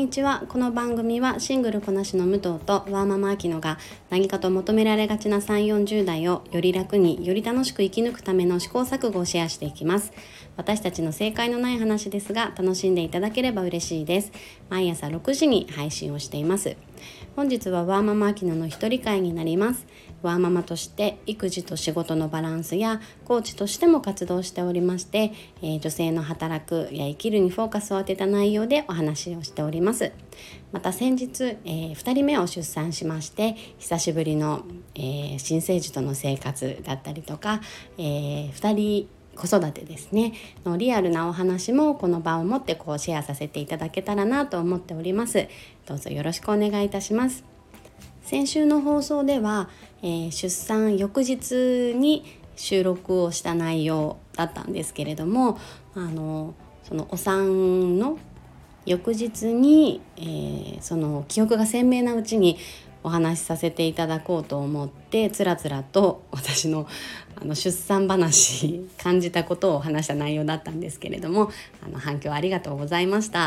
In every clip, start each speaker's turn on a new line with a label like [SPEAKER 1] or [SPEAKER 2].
[SPEAKER 1] にちは。この番組はシングルこなしの武藤とワーママアキノが何かと求められがちな3、40代をより楽により楽しく生き抜くための試行錯誤をシェアしていきます。私たちの正解のない話ですが楽しんでいただければ嬉しいです。毎朝6時に配信をしています。本日はワーママアキノの一人会になります。ワーママとして育児と仕事のバランスやコーチとしても活動しておりまして、女性の働くや生きるにフォーカスを当てた内容でお話をしております。また先日、2人目を出産しまして久しぶりの、新生児との生活だったりとか、2人子育てですねのリアルなお話もこの場をもってシェアさせていただけたらなと思っております。どうぞよろしくお願いいたします。先週の放送では、出産翌日に収録をした内容だったんですけれども、そのお産の翌日に、その記憶が鮮明なうちにお話しさせていただこうと思ってつらつらと私の出産話感じたことを話した内容だったんですけれども、反響ありがとうございました。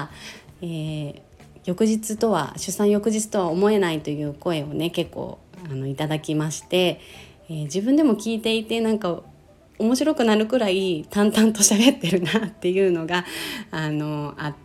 [SPEAKER 1] 出産翌日とは思えないという声をね結構いただきまして、自分でも聞いていてなんか面白くなるくらい淡々と喋ってるなっていうのがあって、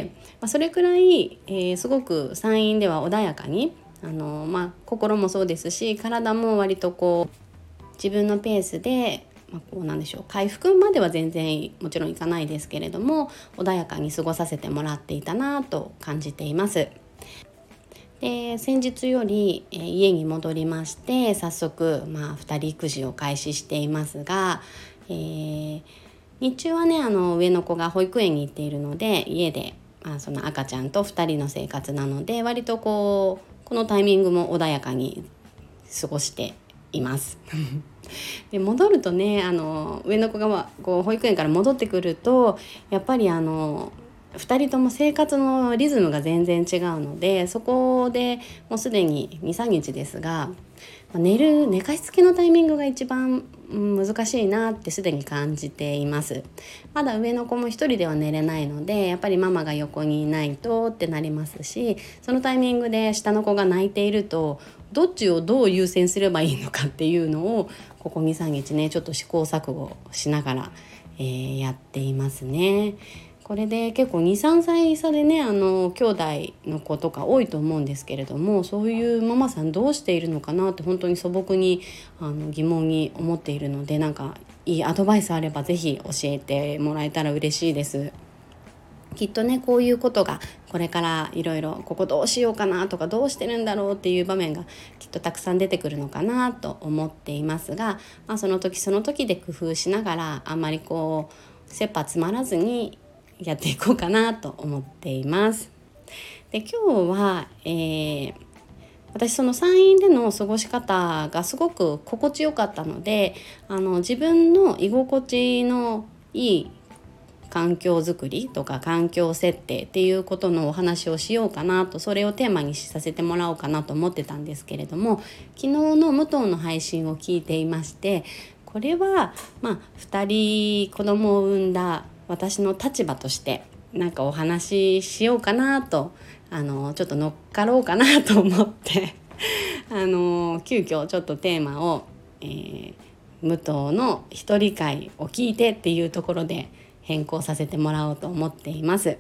[SPEAKER 1] それくらい、すごく産院では穏やかに心もそうですし体も割と自分のペースで、回復までは全然もちろんいかないですけれども穏やかに過ごさせてもらっていたなと感じています。で先日より、家に戻りまして早速、2人育児を開始していますが、日中はね上の子が保育園に行っているので家で、その赤ちゃんと2人の生活なので割とこのタイミングも穏やかに過ごしていますで戻るとね上の子が保育園から戻ってくるとやっぱり2人とも生活のリズムが全然違うのでそこでもうすでに 2,3 日ですが寝かしつけのタイミングが一番難しいなってすでに感じています。まだ上の子も一人では寝れないのでやっぱりママが横にいないとってなりますし、そのタイミングで下の子が泣いているとどっちをどう優先すればいいのかっていうのをここ 2,3 日ねちょっと試行錯誤しながら、やっていますね。これで結構 2,3 歳差でね兄弟の子とか多いと思うんですけれども、そういうママさんどうしているのかなって本当に素朴に疑問に思っているので、なんかいいアドバイスあればぜひ教えてもらえたら嬉しいです。きっとねこういうことがこれからいろいろここどうしようかなとかどうしてるんだろうっていう場面がきっとたくさん出てくるのかなと思っていますが、その時その時で工夫しながらあんまり切羽詰まらずにやっていこうかなと思っています。で今日は、私その産院での過ごし方がすごく心地よかったので自分の居心地のいい環境づくりとか環境設定っていうことのお話をしようかなと、それをテーマにさせてもらおうかなと思ってたんですけれども、昨日の武藤の配信を聞いていまして、これは2人子供を産んだ私の立場としてなんかお話ししようかなとちょっと乗っかろうかなと思って急遽ちょっとテーマを、武藤の一人会を聞いてっていうところで変更させてもらおうと思っています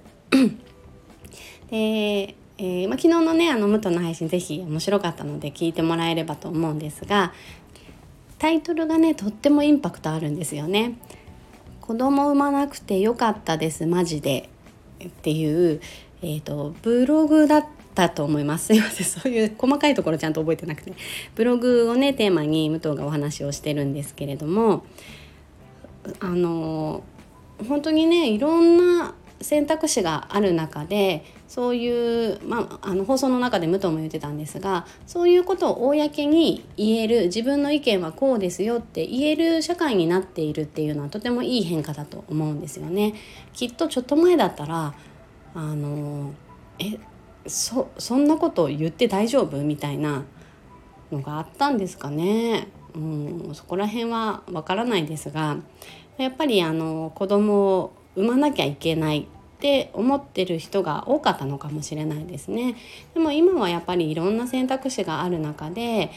[SPEAKER 1] で、昨日のね武藤の配信ぜひ面白かったので聞いてもらえればと思うんですが、タイトルがねとってもインパクトあるんですよね。子供産まなくてよかったですマジでっていう、ブログだったと思います。すいません、そういう細かいところちゃんと覚えてなくて、ブログをねテーマに武藤がお話をしてるんですけれども、本当にねいろんな選択肢がある中でそういう、放送の中で武藤も言ってたんですが、そういうことを公に言える、自分の意見はこうですよって言える社会になっているっていうのはとてもいい変化だと思うんですよね。きっとちょっと前だったらそんなこと言って大丈夫みたいなのがあったんですかね。そこら辺はわからないですが、やっぱり子供を産まなきゃいけないっって思ってる人が多かったのかもしれないですね。でも今はやっぱりいろんな選択肢がある中で、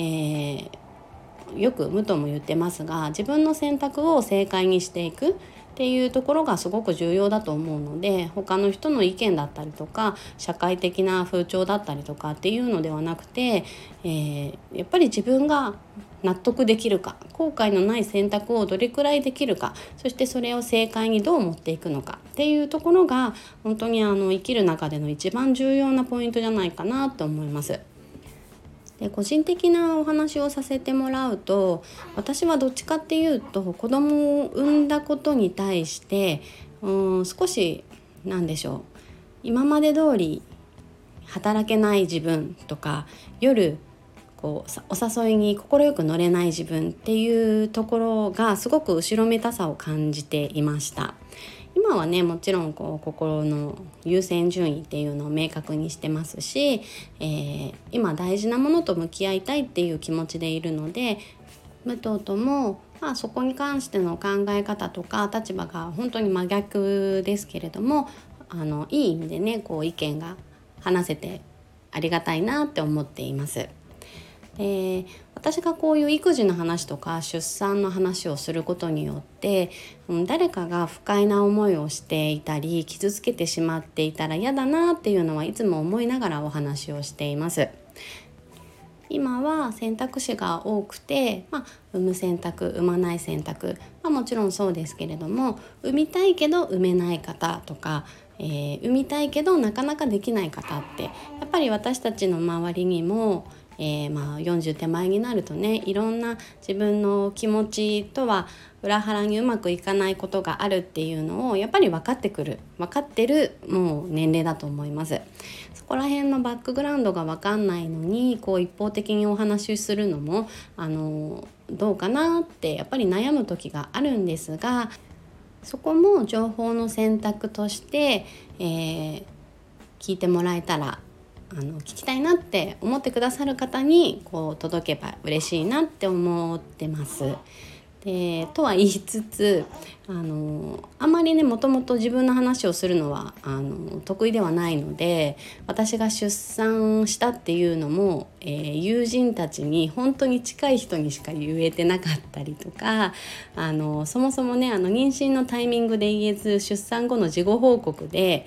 [SPEAKER 1] よく武藤も言ってますが、自分の選択を正解にしていくっていうところがすごく重要だと思うので、他の人の意見だったりとか社会的な風潮だったりとかっていうのではなくて、やっぱり自分が納得できるか、後悔のない選択をどれくらいできるか、そしてそれを正解にどう持っていくのかっていうところが本当に生きる中での一番重要なポイントじゃないかなと思います。で、個人的なお話をさせてもらうと、私はどっちかっていうと子供を産んだことに対して少しなんでしょう、今まで通り働けない自分とか、夜お誘いに快く乗れない自分っていうところがすごく後ろめたさを感じていました。今はね、もちろん心の優先順位っていうのを明確にしてますし、今大事なものと向き合いたいっていう気持ちでいるので、武藤とも、そこに関しての考え方とか立場が本当に真逆ですけれども、いい意味でね意見が話せてありがたいなって思っています。私がこういう育児の話とか出産の話をすることによって、誰かが不快な思いをしていたり傷つけてしまっていたら嫌だなっていうのはいつも思いながらお話をしています。今は選択肢が多くて、産む選択、産まない選択、もちろんそうですけれども、産みたいけど産めない方とか、産みたいけどなかなかできない方ってやっぱり私たちの周りにも、40手前になるとね、いろんな自分の気持ちとは裏腹にうまくいかないことがあるっていうのをやっぱり分かってるもう年齢だと思います。そこら辺のバックグラウンドが分かんないのに一方的にお話しするのもどうかなってやっぱり悩む時があるんですが、そこも情報の選択として、聞いてもらえたら聞きたいなって思ってくださる方に届けば嬉しいなって思ってます。でとは言いつつあまりねもともと自分の話をするのは得意ではないので、私が出産したっていうのも、友人たちに本当に近い人にしか言えてなかったりとか、そもそもね妊娠のタイミングで言えず出産後の事後報告で、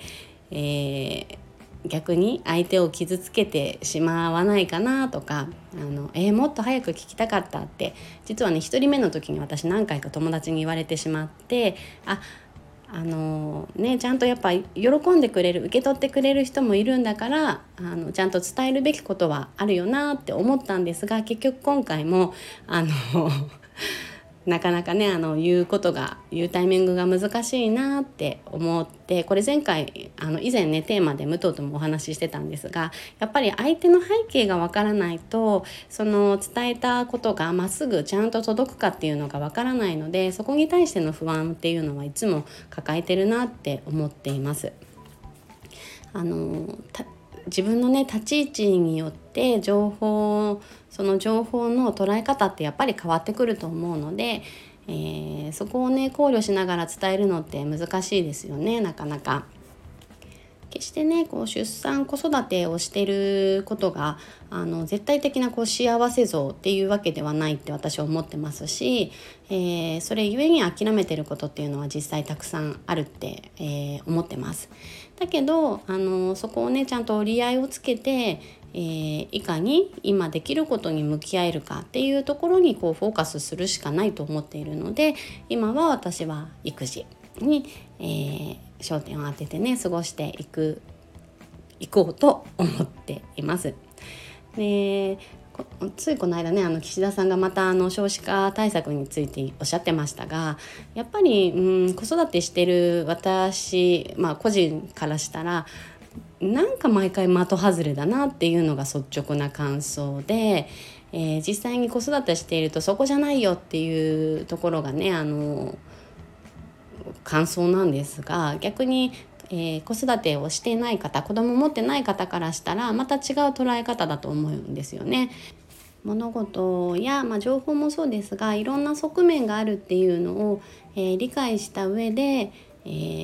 [SPEAKER 1] 逆に相手を傷つけてしまわないかなとか、もっと早く聞きたかったって実はね1人目の時に私何回か友達に言われてしまって、ちゃんとやっぱ喜んでくれる、受け取ってくれる人もいるんだからちゃんと伝えるべきことはあるよなって思ったんですが、結局今回もなかなかね言うタイミングが難しいなって思って、これ前回以前ねテーマで武藤ともお話ししてたんですが、やっぱり相手の背景がわからないとその伝えたことがまっすぐちゃんと届くかっていうのがわからないので、そこに対しての不安っていうのはいつも抱えてるなって思っています。自分のね立ち位置によってその情報の捉え方ってやっぱり変わってくると思うので、そこをね考慮しながら伝えるのって難しいですよね、なかなか。決してね出産子育てをしていることが絶対的な幸せ像っていうわけではないって私は思ってますし、それゆえに諦めてることっていうのは実際たくさんあるって、思ってます。だけどそこをねちゃんと折り合いをつけて、いかに今できることに向き合えるかっていうところにフォーカスするしかないと思っているので、今は私は育児に、焦点を当ててね過ごしていこうと思っています。でついこの間ね岸田さんがまた少子化対策についておっしゃってましたが、やっぱり子育てしてる私、個人からしたらなんか毎回的外れだなっていうのが率直な感想で、実際に子育てしているとそこじゃないよっていうところがね感想なんですが、逆に、子育てをしていない方、子供を持ってない方からしたらまた違う捉え方だと思うんですよね。物事や、情報もそうですがいろんな側面があるっていうのを、理解した上で、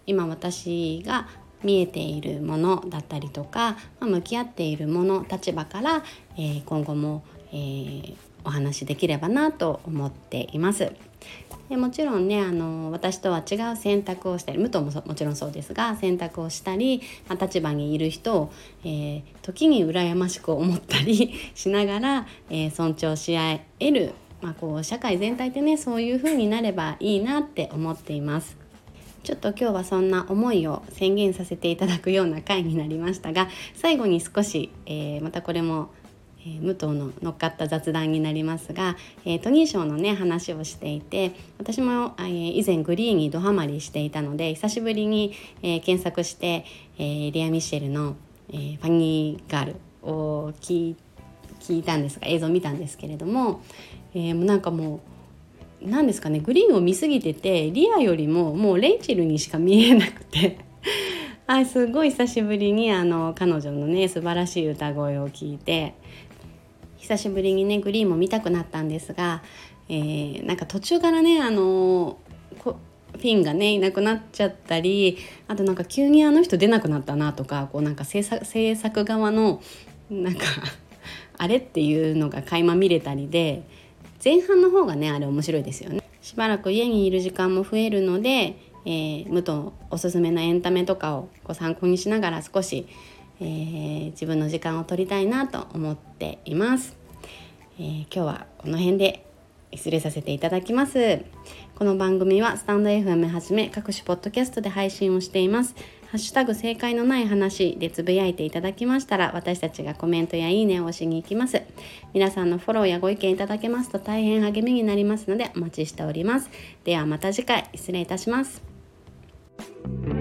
[SPEAKER 1] 今私が見えているものだったりとか、向き合っているもの立場から、今後も、お話しできればなと思っています。でもちろんね私とは違う選択をしたり、武藤ももちろんそうですが選択をしたり、立場にいる人を、時に羨ましく思ったりしながら、尊重し合える、こう社会全体でねそういう風になればいいなって思っています。ちょっと今日はそんな思いを宣言させていただくような回になりましたが、最後に少し、またこれも武藤の乗っかった雑談になりますが、トニー賞のね話をしていて、私も、以前グリーンにドハマりしていたので久しぶりに、検索して、レア・ミシェルの、ファニーガールを聞いたんですが、映像を見たんですけれども、なんかもう何ですかね、グリーンを見すぎててリアよりももうレイチェルにしか見えなくてすごい久しぶりに彼女のね素晴らしい歌声を聞いて、久しぶりにねグリーンも見たくなったんですが、なんか途中からねフィンがねいなくなっちゃったり、あとなんか急にあの人出なくなったなとか、こうなんか制作側のなんかあれっていうのが垣間見れたりで、前半の方がねあれ面白いですよね。しばらく家にいる時間も増えるので、武藤おすすめのエンタメとかをご参考にしながら少し、自分の時間を取りたいなと思っています。今日はこの辺で失礼させていただきます。この番組はスタンド FM はじめ各種ポッドキャストで配信をしています。ハッシュタグ正解のない話でつぶやいていただきましたら、私たちがコメントやいいねを押しに行きます。皆さんのフォローやご意見いただけますと大変励みになりますのでお待ちしております。ではまた次回失礼いたします。